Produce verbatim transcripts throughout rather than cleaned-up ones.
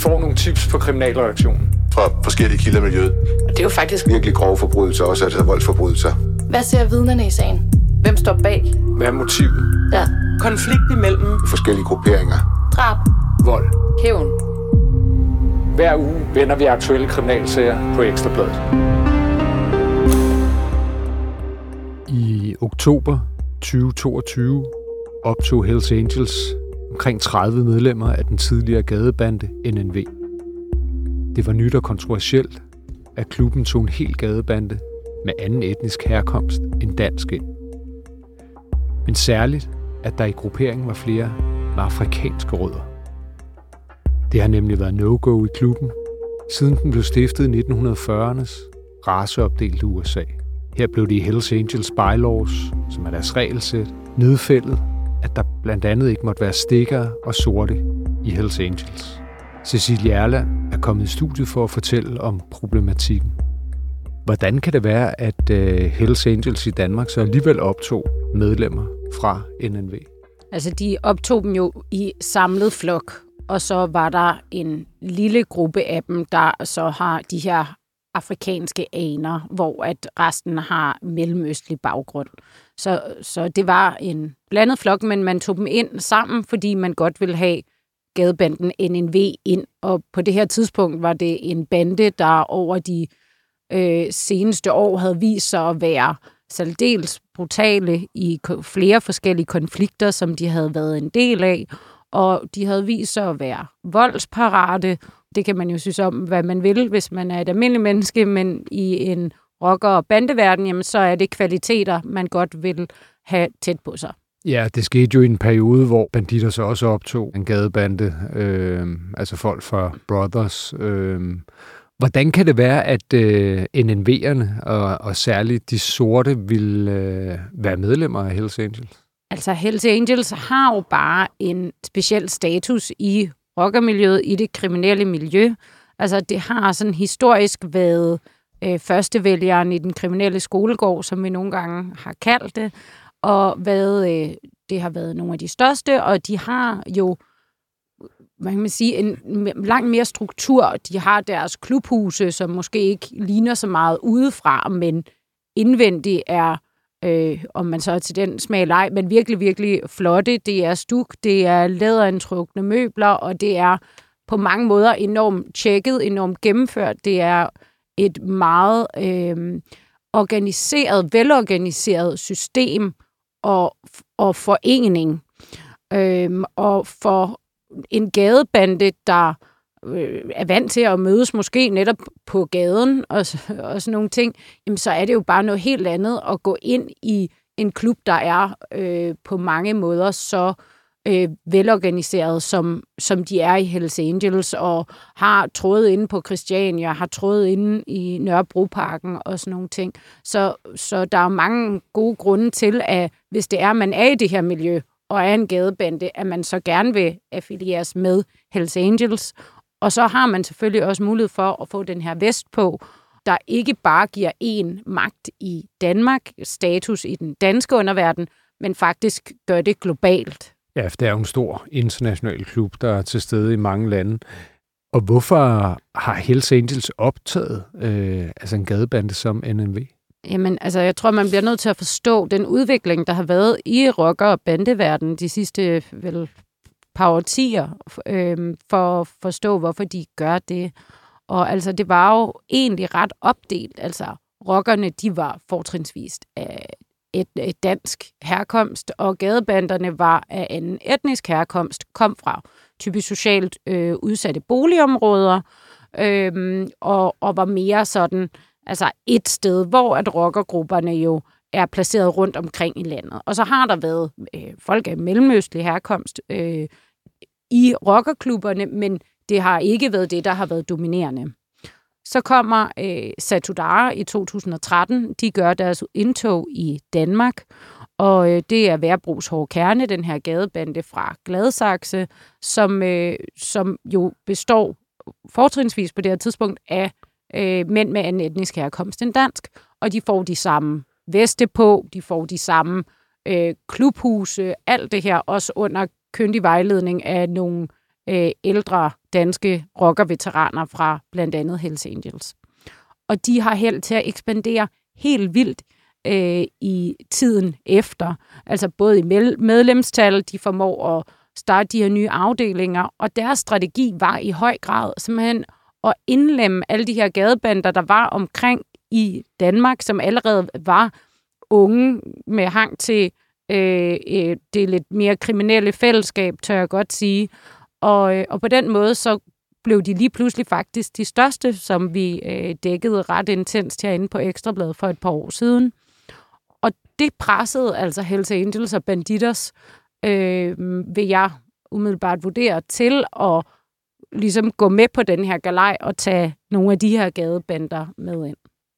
får nogle tips på kriminalredaktionen. Fra forskellige kilder i miljøet. Og det er jo faktisk virkelig grove forbrydelser, også altså voldsforbrydelser. Hvad ser vidnerne i sagen? Hvem står bag? Hvad er motivet? Ja. Konflikt imellem forskellige grupperinger. Drab. Vold. Hævn. Hver uge vender vi aktuelle kriminalsager på Ekstra Bladet. I oktober tyve toogtyve optog Hells Angels omkring tredive medlemmer af den tidligere gadebande N N V. Det var nyt og kontroversielt, at klubben tog en hel gadebande med anden etnisk herkomst end dansk ind. Men særligt, at der i grupperingen var flere med afrikanske rødder. Det har nemlig været no-go i klubben, siden den blev stiftet i nitten fyrreernes raceopdelte U S A. Her blev det i Hells Angels bylaws, som er deres regelsæt, nedfældet, at der blandt andet ikke måtte være stikkere og sorte i Hells Angels. Cecilie Erland er kommet i studiet for at fortælle om problematikken. Hvordan kan det være, at uh, Hells Angels i Danmark så alligevel optog medlemmer fra N N V? Altså, de optog dem jo i samlet flok, og så var der en lille gruppe af dem, der så har de her afrikanske aner, hvor at resten har mellemøstlig baggrund. Så, så det var en blandet flok, men man tog dem ind sammen, fordi man godt ville have gadebanden N N V ind. Og på det her tidspunkt var det en bande, der over de øh, seneste år havde vist sig at være særdeles brutale i flere forskellige konflikter, som de havde været en del af. Og de havde vist sig at være voldsparate. Det kan man jo synes om, hvad man vil, hvis man er et almindeligt menneske, men i en rocker- og bandeverden, jamen, så er det kvaliteter, man godt vil have tæt på sig. Ja, det skete jo i en periode, hvor banditter så også optog en gadebande, øh, altså folk fra Brothers. Øh. Hvordan kan det være, at øh, N N V'erne og, og særligt de sorte vil øh, være medlemmer af Hells Angels? Altså, Hells Angels har jo bare en speciel status i rockermiljøet, i det kriminelle miljø. Altså, det har sådan historisk været øh, førstevælgeren i den kriminelle skolegård, som vi nogle gange har kaldt det, og været, øh, det har været nogle af de største, og de har jo, hvad kan man sige, en langt mere struktur. De har deres klubhuse, som måske ikke ligner så meget udefra, men indvendigt er, øh, om man så er til den smag eller ej, men virkelig, virkelig flotte. Det er stuk, det er læderindtrukne møbler, og det er på mange måder enormt tjekket, enormt gennemført. Det er et meget øh, organiseret, velorganiseret system og, og forening. Øh, og for en gadebande, der øh, er vant til at mødes måske netop på gaden og, og sådan nogle ting, jamen, så er det jo bare noget helt andet at gå ind i en klub, der er øh, på mange måder så øh, velorganiseret, som, som de er i Hells Angels, og har trådet inde på Christiania, har trådet inde i Nørrebroparken og sådan nogle ting. Så, så der er mange gode grunde til, at hvis det er, man er i det her miljø, og er en gadebande, at man så gerne vil affilieres med Hells Angels. Og så har man selvfølgelig også mulighed for at få den her vest på, der ikke bare giver én magt i Danmark, status i den danske underverden, men faktisk gør det globalt. Ja, for det er jo en stor international klub, der er til stede i mange lande. Og hvorfor har Hells Angels optaget øh, altså en gadebande som N N V? Jamen, altså, jeg tror, man bliver nødt til at forstå den udvikling, der har været i rocker- og bandeverdenen de sidste vel, par årtier, øh, for at forstå, hvorfor de gør det. Og altså, det var jo egentlig ret opdelt. Altså, rockerne, de var fortrinsvist af et, et dansk herkomst, og gadebanderne var af anden etnisk herkomst, kom fra typisk socialt øh, udsatte boligområder, øh, og, og var mere sådan, altså et sted, hvor at rockergrupperne jo er placeret rundt omkring i landet. Og så har der været øh, folk af mellemøstlig herkomst øh, i rockerklubberne, men det har ikke været det, der har været dominerende. Så kommer øh, Satudarah i to tusind og tretten. De gør deres indtog i Danmark, og øh, det er Værbros Hårde Kerne, den her gadebande fra Gladsaxe, som, øh, som jo består fortrinsvis på det her tidspunkt af øh, mænd med anden etnisk herkomst end dansk, og de får de samme veste på, de får de samme øh, klubhuse, alt det her, også under kyndig vejledning af nogle øh, ældre danske rockerveteraner fra blandt andet Hells Angels. Og de har held til at ekspandere helt vildt øh, i tiden efter. Altså både i medlemstal, de formår at starte de her nye afdelinger, og deres strategi var i høj grad simpelthen at indlemme alle de her gadebander, der var omkring i Danmark, som allerede var unge med hang til øh, det lidt mere kriminelle fællesskab, tør jeg godt sige. Og, og på den måde, så blev de lige pludselig faktisk de største, som vi øh, dækkede ret intenst herinde på Ekstrabladet for et par år siden. Og det pressede altså Hells Angels og Bandidos, øh, vil jeg umiddelbart vurdere, til at ligesom gå med på den her galej og tage nogle af de her gadebander med ind.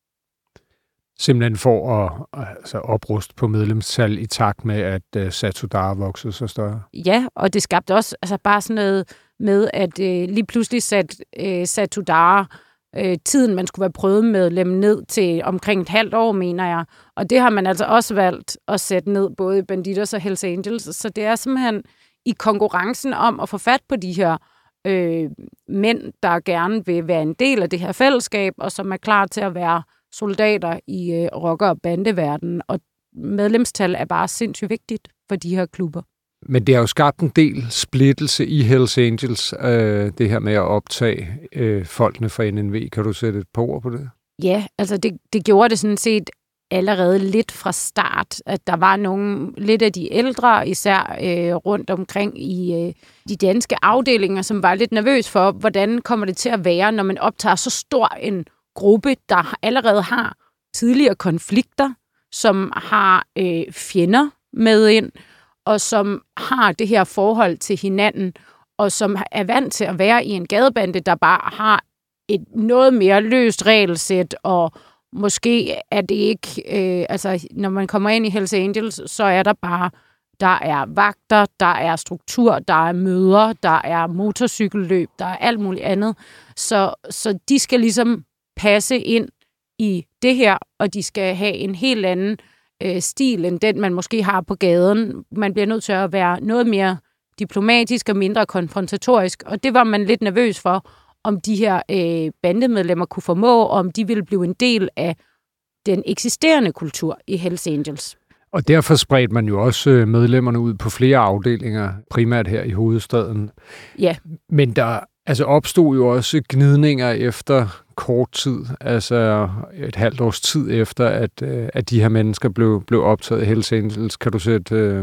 Simpelthen for at altså, opruste på medlemstal i takt med, at uh, Satudarah voksede så større. Ja, og det skabte også altså, bare sådan noget med, at øh, lige pludselig satte øh, Satudarah øh, tiden, man skulle være prøvemedlem ned til omkring et halvt år, mener jeg. Og det har man altså også valgt at sætte ned, både Bandidos og Hells Angels. Så det er simpelthen i konkurrencen om at få fat på de her øh, mænd, der gerne vil være en del af det her fællesskab, og som er klar til at være soldater i øh, rocker- og bandeverdenen. Og medlemstal er bare sindssygt vigtigt for de her klubber. Men det har jo skabt en del splittelse i Hells Angels, øh, det her med at optage øh, folkene fra N N V. Kan du sætte et par ord på det? Ja, altså det, det gjorde det sådan set allerede lidt fra start, at der var nogle lidt af de ældre, især øh, rundt omkring i øh, de danske afdelinger, som var lidt nervøs for, hvordan kommer det til at være, når man optager så stor en gruppe, der allerede har tidligere konflikter, som har øh, fjender med ind, og som har det her forhold til hinanden, og som er vant til at være i en gadebande, der bare har et noget mere løst regelsæt, og måske er det ikke, øh, altså når man kommer ind i Hells Angels, så er der bare, der er vagter, der er struktur, der er møder, der er motorcykelløb, der er alt muligt andet. Så, så de skal ligesom passe ind i det her, og de skal have en helt anden øh, stil, end den man måske har på gaden. Man bliver nødt til at være noget mere diplomatisk og mindre konfrontatorisk, og det var man lidt nervøs for, om de her øh, bandemedlemmer kunne formå, om de ville blive en del af den eksisterende kultur i Hells Angels. Og derfor spredte man jo også medlemmerne ud på flere afdelinger, primært her i hovedstaden. Ja. Men der altså opstod jo også gnidninger efter kort tid, altså et halvt års tid efter, at, at de her mennesker blev, blev optaget i Hells Angels. Kan du sætte øh,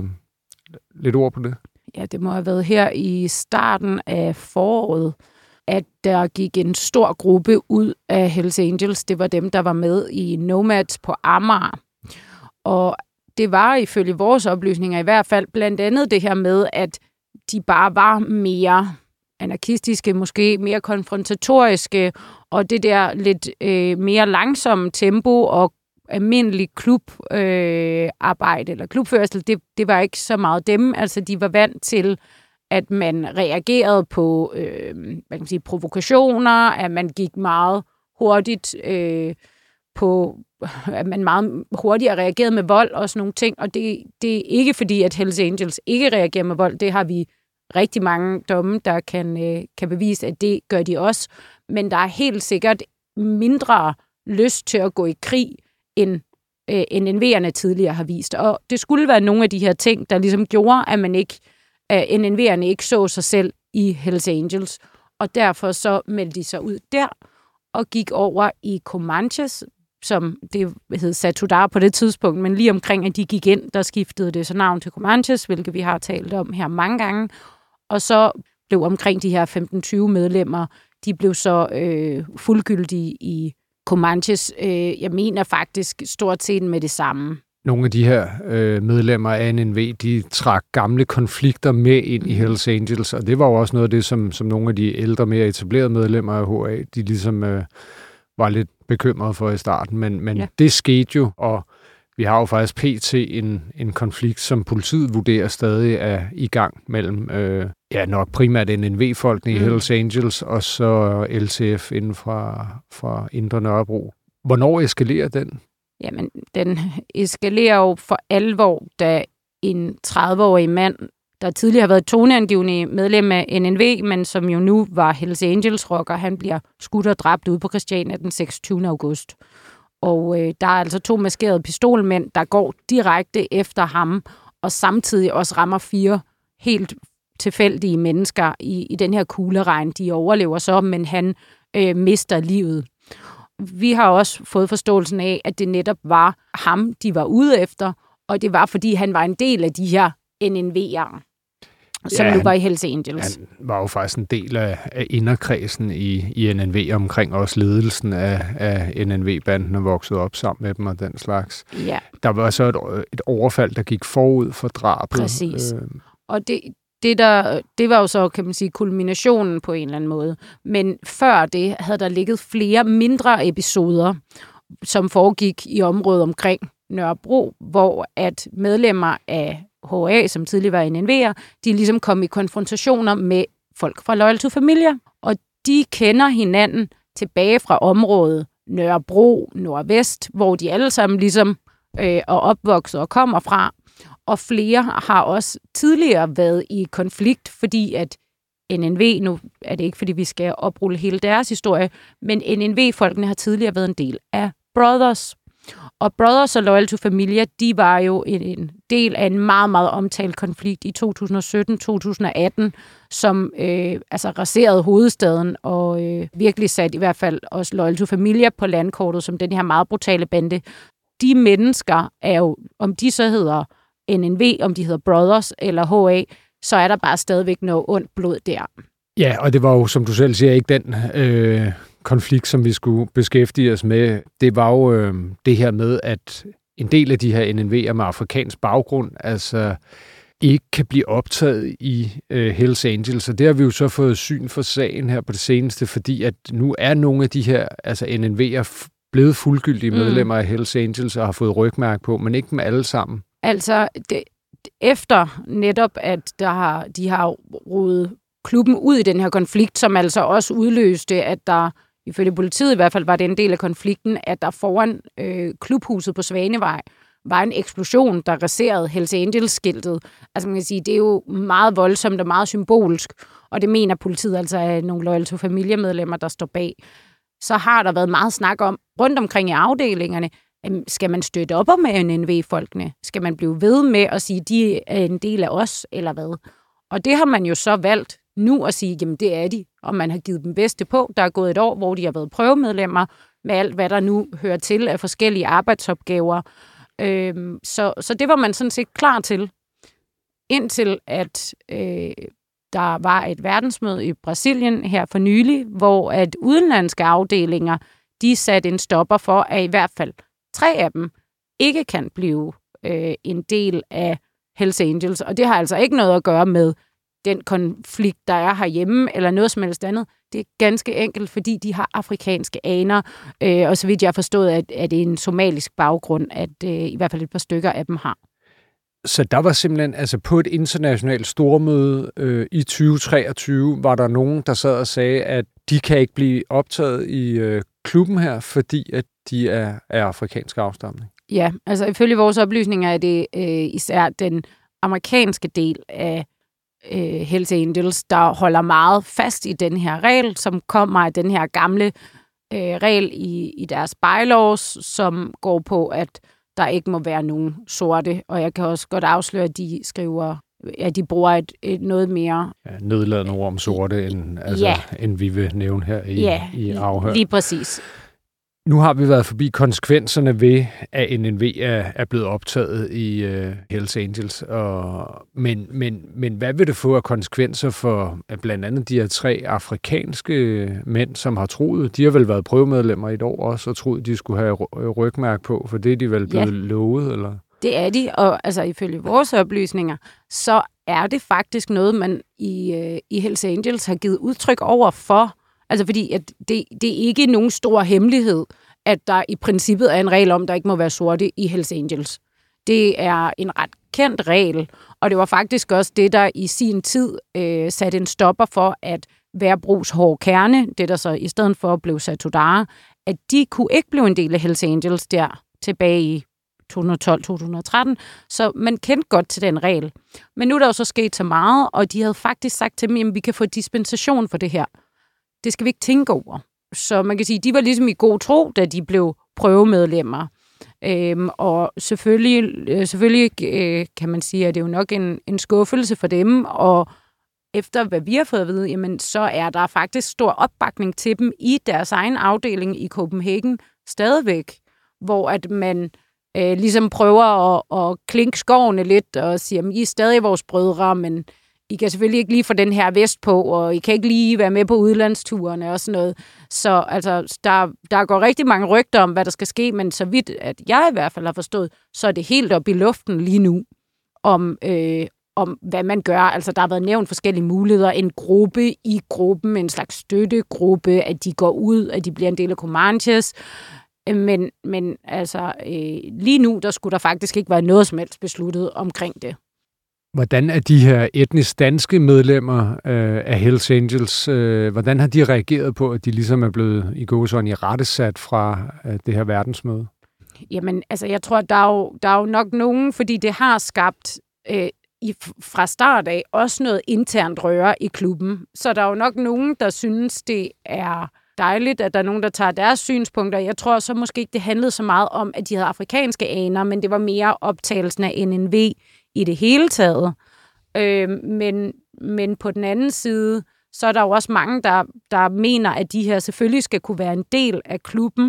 lidt ord på det? Ja, det må have været her i starten af foråret, at der gik en stor gruppe ud af Hells Angels. Det var dem, der var med i Nomads på Amager. Og det var ifølge vores oplysninger i hvert fald blandt andet det her med, at de bare var mere anarkistiske, måske mere konfrontatoriske, og det der lidt øh, mere langsomme tempo og almindelig klubarbejde øh, eller klubførsel, det, det var ikke så meget dem. Altså, de var vant til, at man reagerede på øh, hvad kan man sige, provokationer, at man gik meget hurtigt øh, på, at man meget hurtigere reagerede med vold og sådan nogle ting, og det, det er ikke fordi, at Hells Angels ikke reagerer med vold. Det har vi rigtig mange domme, der kan, øh, kan bevise, at det gør de også. Men der er helt sikkert mindre lyst til at gå i krig, end øh, N N V'erne tidligere har vist. Og det skulle være nogle af de her ting, der ligesom gjorde, at man ikke, at N N V'erne ikke så sig selv i Hells Angels. Og derfor så meldte de sig ud der og gik over i Comanches, som det hed Satudarah på det tidspunkt, men lige omkring, at de gik ind, der skiftede det så navn til Comanches, hvilket vi har talt om her mange gange. Og så blev omkring de her femten til tyve medlemmer, de blev så øh, fuldgyldige i Comanches. Øh, jeg mener faktisk stort set med det samme. Nogle af de her øh, medlemmer af N N V, de trak gamle konflikter med ind i Hells Angels, og det var jo også noget af det, som, som nogle af de ældre, mere etablerede medlemmer af H A, de ligesom øh, var lidt bekymrede for i starten. Men, men ja. Det skete jo, og vi har jo faktisk pt. en, en konflikt, som politiet vurderer stadig er i gang mellem, øh, ja nok primært N N V-folkene mm. i Hells Angels, og så L T F inden fra, fra Indre Nørrebro. Hvornår eskalerer den? Jamen, den eskalerer jo for alvor, da en tredive-årig mand der tidligere har været toneangivende medlem af N N V, men som jo nu var Hells Angels rocker. Han bliver skudt og dræbt ude på Christiania den seksogtyvende august. Og øh, der er altså to maskerede pistolmænd, der går direkte efter ham, og samtidig også rammer fire helt tilfældige mennesker i, i den her kugleregn. De overlever så, men han øh, mister livet. Vi har også fået forståelsen af, at det netop var ham, de var ude efter, og det var, fordi han var en del af de her N N V'ere, som ja, nu var i Hells Angels. Han var jo faktisk en del af, af inderkredsen i, i N N V, omkring også ledelsen af, af N N V-banden og voksede op sammen med dem og den slags. Ja. Der var så et, et overfald, der gik forud for drabet. Præcis. Øh. Og det, det, der, det var jo så, kan man sige, kulminationen på en eller anden måde. Men før det havde der ligget flere mindre episoder, som foregik i området omkring Nørrebro, hvor at medlemmer af H A, som tidligere var N N V'er, de ligesom kom i konfrontationer med folk fra Loyal to Familia, og de kender hinanden tilbage fra området Nørrebro, Nordvest, hvor de alle sammen ligesom øh, er opvokset og kommer fra, og flere har også tidligere været i konflikt, fordi at N N V, nu er det ikke, fordi vi skal oprulle hele deres historie, men N N V-folkene har tidligere været en del af Brothers. Og Brothers og Loyal to Familia, de var jo en, en del af en meget, meget omtalt konflikt i to tusind og sytten til to tusind og atten, som øh, altså raserede hovedstaden og øh, virkelig satte i hvert fald også Loyal to Familia på landkortet som den her meget brutale bande. De mennesker er jo, om de så hedder N N V, om de hedder Brothers eller H A, så er der bare stadigvæk noget ondt blod der. Ja, og det var jo, som du selv siger, ikke den øh, konflikt, som vi skulle beskæftige os med. Det var jo øh, det her med, at en del af de her N N V'er med afrikansk baggrund, altså ikke kan blive optaget i øh, Hells Angels. Og det har vi jo så fået syn for sagen her på det seneste, fordi at nu er nogle af de her altså N N V'er blevet fuldgyldige medlemmer mm. af Hells Angels og har fået rygmærke på, men ikke dem alle sammen. Altså, det, efter netop, at der har, de har rodet klubben ud i den her konflikt, som altså også udløste, at der, ifølge politiet i hvert fald, var det en del af konflikten, at der foran øh, klubhuset på Svanevej var en eksplosion, der raserede Hells Angels-skiltet. Altså man kan sige, det er jo meget voldsomt og meget symbolsk, og det mener politiet altså er nogle Loyal to Familia-medlemmer, der står bag. Så har der været meget snak om, rundt omkring i afdelingerne, skal man støtte op om N N V-folkene? Skal man blive ved med at sige, at de er en del af os, eller hvad? Og det har man jo så valgt nu at sige, jamen det er de, og man har givet dem bedste på. Der er gået et år, hvor de har været prøvemedlemmer med alt, hvad der nu hører til af forskellige arbejdsopgaver. Øhm, så, så det var man sådan set klar til, indtil at øh, der var et verdensmøde i Brasilien her for nylig, hvor at udenlandske afdelinger, de satte en stopper for, at i hvert fald tre af dem ikke kan blive øh, en del af Hells Angels. Og det har altså ikke noget at gøre med den konflikt, der er herhjemme, eller noget som helst andet. Det er ganske enkelt, fordi de har afrikanske aner, øh, og så vidt jeg har forstået, at, at det er en somalisk baggrund, at øh, i hvert fald et par stykker af dem har. Så der var simpelthen, altså på et internationalt stormøde øh, i tyve treogtyve, var der nogen, der sad og sagde, at de kan ikke blive optaget i øh, klubben her, fordi at de er af afrikansk afstamning. Ja, altså ifølge vores oplysninger er det øh, især den amerikanske del af øh, Hells Angels, der holder meget fast i den her regel, som kommer af den her gamle øh, regel i, i deres bylaws, som går på, at der ikke må være nogen sorte. Og jeg kan også godt afsløre, at de skriver, at de bruger et, et noget mere ja, nedladende ord om sorte, end, altså, ja. end vi vil nævne her i, ja, i afhør. Lige præcis. Nu har vi været forbi konsekvenserne ved, at N N V er, er blevet optaget i uh, Hells Angels. Og, men, men, men hvad vil det få af konsekvenser for blandt andet de her tre afrikanske mænd, som har troet, de har vel været prøvemedlemmer i et år også, og troet, de skulle have rygmærke på, for det er de vel blevet ja. lovet, eller? Det er de, og altså ifølge vores oplysninger, så er det faktisk noget, man i, uh, i Hells Angels har givet udtryk over for. Altså fordi, at det, det er ikke nogen stor hemmelighed, at der i princippet er en regel om, der ikke må være sorte i Hells Angels. Det er en ret kendt regel, og det var faktisk også det, der i sin tid øh, satte en stopper for, at Værbros hårde kerne, det der så i stedet for blev Satudarah, at de kunne ikke blive en del af Hells Angels der tilbage i to tusind og tolv til to tusind og tretten, så man kendte godt til den regel. Men nu er der jo så sket så meget, og de havde faktisk sagt til dem, at vi kan få dispensation for det her. Det skal vi ikke tænke over. Så man kan sige, at de var ligesom i god tro, da de blev prøvemedlemmer. Øhm, og selvfølgelig, øh, selvfølgelig øh, kan man sige, at det er jo nok en, en skuffelse for dem, og efter hvad vi har fået at vide, jamen, så er der faktisk stor opbakning til dem i deres egen afdeling i Copenhagen stadigvæk, hvor at man øh, ligesom prøver at, at klinke skovene lidt og siger, at I er stadig vores brødre, men I kan selvfølgelig ikke lige få den her vest på, og I kan ikke lige være med på udlandsturene og sådan noget. Så altså, der, der går rigtig mange rygter om, hvad der skal ske, men så vidt, at jeg i hvert fald har forstået, så er det helt op i luften lige nu, om, øh, om hvad man gør. Altså, der har været nævnt forskellige muligheder. En gruppe i gruppen, en slags støttegruppe, at de går ud, at de bliver en del af Comanches. Men, men altså, øh, lige nu, der skulle der faktisk ikke være noget som helst besluttet omkring det. Hvordan er de her etnisk danske medlemmer øh, af Hells Angels, øh, hvordan har de reageret på, at de ligesom er blevet i gåseøjne irettesat fra øh, det her verdensmøde? Jamen, altså, jeg tror, der er jo, der er jo nok nogen, fordi det har skabt øh, i, fra start af også noget internt røre i klubben. Så der er jo nok nogen, der synes, det er dejligt, at der er nogen, der tager deres synspunkter. Jeg tror så måske ikke, det handlede så meget om, at de havde afrikanske aner, men det var mere optagelsen af N N V i det hele taget. Øh, men, men på den anden side, så er der jo også mange, der, der mener, at de her selvfølgelig skal kunne være en del af klubben,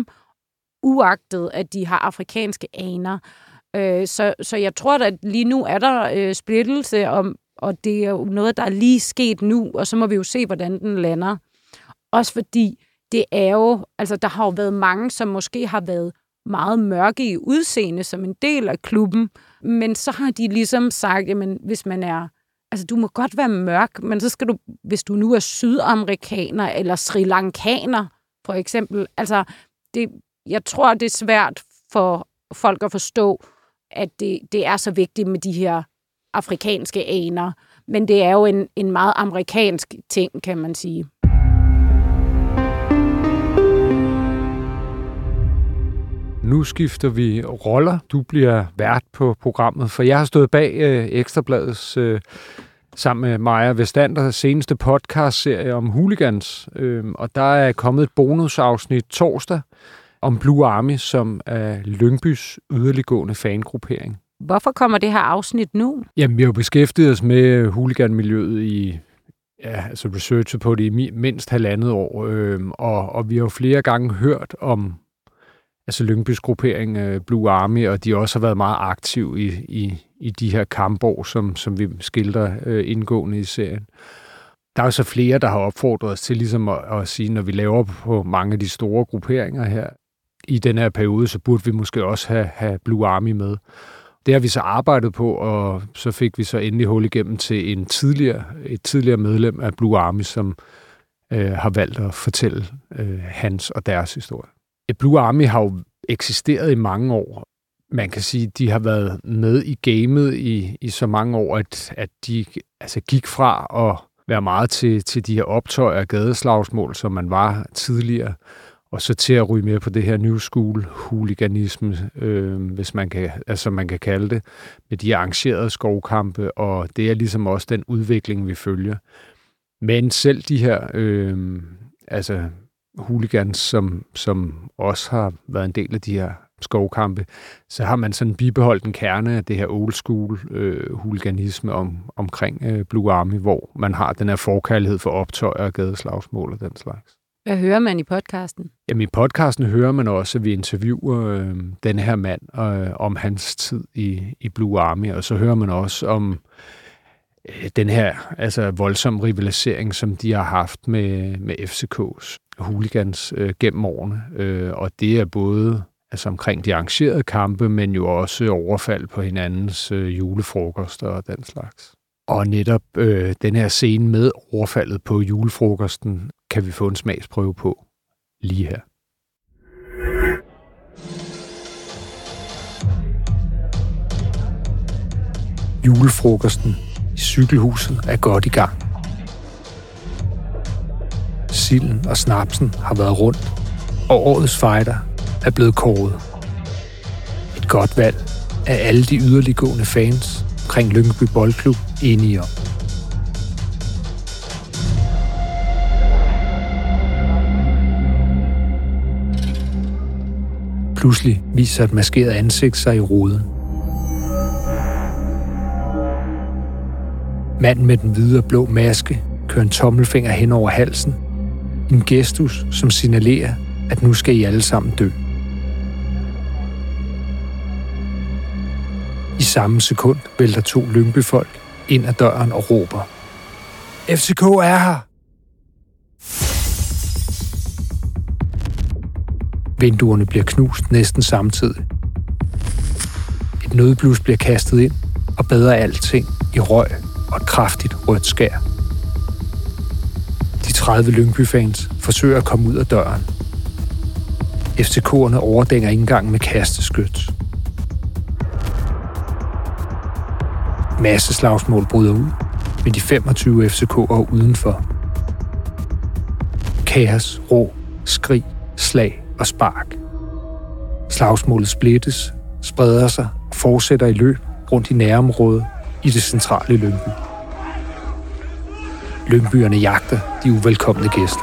uagtet at de har afrikanske aner. Øh, så, så jeg tror, at lige nu er der øh, splittelse, om, og det er jo noget, der er lige sket nu, og så må vi jo se, hvordan den lander. Også fordi det er jo, altså der har jo været mange, som måske har været meget mørke i udseende som en del af klubben, men så har de ligesom sagt, jamen hvis man er, altså du må godt være mørk, men så skal du, hvis du nu er sydamerikaner eller sri lankaner for eksempel, altså det, jeg tror, det er svært for folk at forstå, at det, det er så vigtigt med de her afrikanske aner, men det er jo en, en meget amerikansk ting, kan man sige. Nu skifter vi roller. Du bliver vært på programmet, for jeg har stået bag øh, Ekstrabladets øh, sammen med Maja Vestanders seneste podcast-serie om hooligans. Øh, og der er kommet et bonusafsnit torsdag om Blue Army, som er Lyngbys yderliggående fangruppering. Hvorfor kommer det her afsnit nu? Jamen, vi har jo beskæftiget os med hooliganmiljøet i ja, altså researchet på det i mindst halvandet år, øh, og, og vi har jo flere gange hørt om altså Lyngbys gruppering uh, Blue Army, og de også har været meget aktive i, i, i de her kampår, som, som vi skildrer uh, indgående i serien. Der er jo så flere, der har opfordret os til ligesom at, at sige, når vi laver på mange af de store grupperinger her, i den her periode, så burde vi måske også have, have Blue Army med. Det har vi så arbejdet på, og så fik vi så endelig hul igennem til en tidligere, et tidligere medlem af Blue Army, som uh, har valgt at fortælle uh, hans og deres historie. Blue Army har jo eksisteret i mange år. Man kan sige, at de har været med i gamet i, i så mange år, at, at de altså gik fra at være meget til, til de her optøjer og gadeslagsmål, som man var tidligere, og så til at ryge med på det her new school hooliganisme, øh, hvis man kan, altså man kan kalde det, med de arrangerede skovkampe, og det er ligesom også den udvikling, vi følger. Men selv de her, øh, altså hooligans, som, som også har været en del af de her skovkampe, så har man sådan bibeholdt en kerne af det her old school øh, hooliganisme om, omkring øh, Blue Army, hvor man har den her forkærlighed for optøjer og gadeslagsmål og den slags. Hvad hører man i podcasten? Jamen i podcasten hører man også, at vi interviewer øh, den her mand øh, om hans tid i, i Blue Army, og så hører man også om øh, den her altså voldsom rivalisering, som de har haft med, med F C K's hooligans øh, gennem årene. Øh, og det er både altså omkring de arrangerede kampe, men jo også overfald på hinandens øh, julefrokoster og den slags. Og netop øh, den her scene med overfaldet på julefrokosten, kan vi få en smagsprøve på lige her. Julefrokosten i cykelhuset er godt i gang. Silden og snapsen har været rundt, og årets fighter er blevet kåret. Et Et godt valg er alle de yderliggående fans omkring Lyngby Boldklub enige om. Pludselig viser et maskeret ansigt sig i ruden. Manden med den hvide og blå maske kører en tommelfinger hen over halsen. En gestus, som signalerer, at nu skal I alle sammen dø. I samme sekund vælter to Lyngby-folk ind ad døren og råber: F C K er her! Vinduerne bliver knust næsten samtidig. Et nødblus bliver kastet ind og bader alting i røg og et kraftigt rødt skær. De tredive Lyngby-fans forsøger at komme ud af døren. F C K'erne overdænger indgangen med kasteskyt. Masse slagsmål bryder ud, med de femogtyve F C K'ere udenfor. Kaos, rå, skrig, slag og spark. Slagsmålet splittes, spreder sig og fortsætter i løb rundt i nærområdet i det centrale Lyngby. Lyngbyerne jagter de uvelkomne gæster.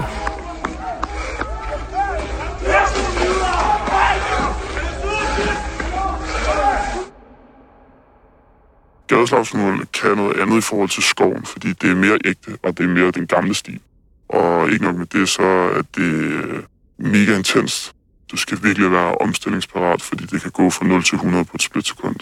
Gadeslagsmål kan noget andet i forhold til skoven, fordi det er mere ægte, og det er mere den gamle stil. Og ikke nok med det, så er det mega intenst. Du skal virkelig være omstillingsparat, fordi det kan gå fra nul til hundrede på et splitsekund.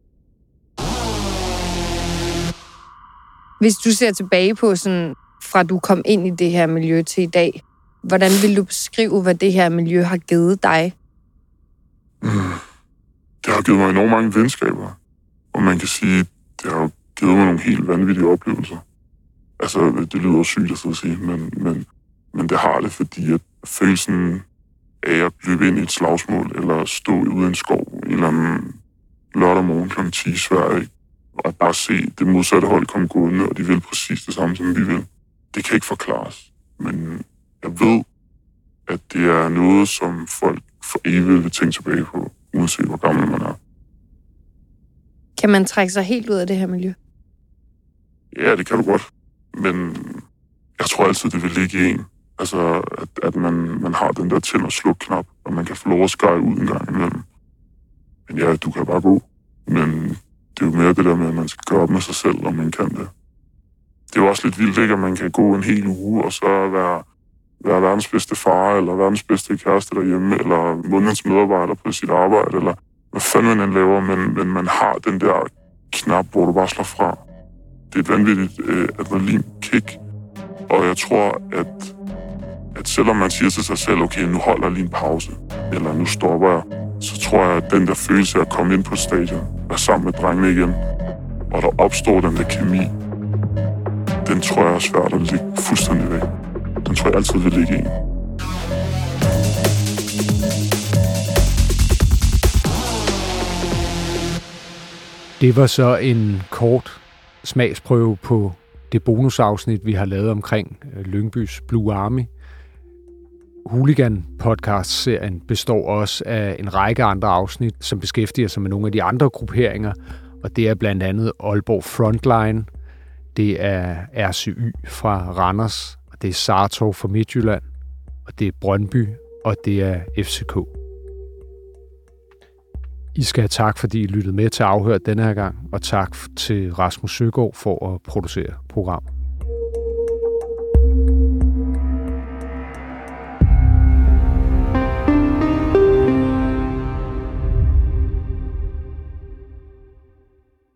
Hvis du ser tilbage på, sådan, fra du kom ind i det her miljø til i dag, hvordan vil du beskrive, hvad det her miljø har givet dig? Mm. Det har givet mig enormt mange venskaber. Og man kan sige, det har givet mig nogle helt vanvittige oplevelser. Altså, det lyder sygt at sige, men, men, men det har det, fordi at følelsen af at løbe ind i et slagsmål, eller stå ude i en skov, en eller anden lørdag morgen klokken ti i Sverige, og bare se det modsatte hold komme gående, og de vil præcis det samme, som vi vil. Det kan ikke forklares. Men jeg ved, at det er noget, som folk for evigt vil tænke tilbage på, uanset hvor gammel man er. Kan man trække sig helt ud af det her miljø? Ja, det kan du godt. Men jeg tror altid, det vil ligge i en. Altså, at, at man, man har den der tænd- og sluk-knap, og man kan få lov at skære ud en gang imellem. Men ja, du kan bare gå. Men det er jo mere det der med, at man skal gøre op med sig selv, om man kan det. Det er jo også lidt vildt, ikke, at man kan gå en hel uge, og så være, være verdens bedste far, eller verdens bedste kæreste derhjemme, eller månedens medarbejder på sit arbejde, eller hvad fanden man end laver, men, men man har den der knap, hvor du bare slår fra. Det er et vanvittigt øh, adrenalin-kick, og jeg tror, at, at selvom man siger til sig selv, okay, nu holder jeg lige en pause, eller nu stopper jeg, så tror jeg, at den der følelse af at komme ind på et stadion, være sammen med drengene igen, og der opstår den der kemi, den tror jeg er svært at ligge fuldstændig væk. Den tror jeg altid vil ligge i en. Det var så en kort smagsprøve på det bonusafsnit, vi har lavet omkring Lyngbys Blue Army. Hooligan-podcast-serien består også af en række andre afsnit, som beskæftiger sig med nogle af de andre grupperinger, og det er blandt andet Aalborg Frontline, det er R C Y fra Randers, og det er Sartor fra Midtjylland, og det er Brøndby, og det er F C K. I skal have tak, fordi I lyttede med til Afhørt denne her gang, og tak til Rasmus Søgaard for at producere programmet.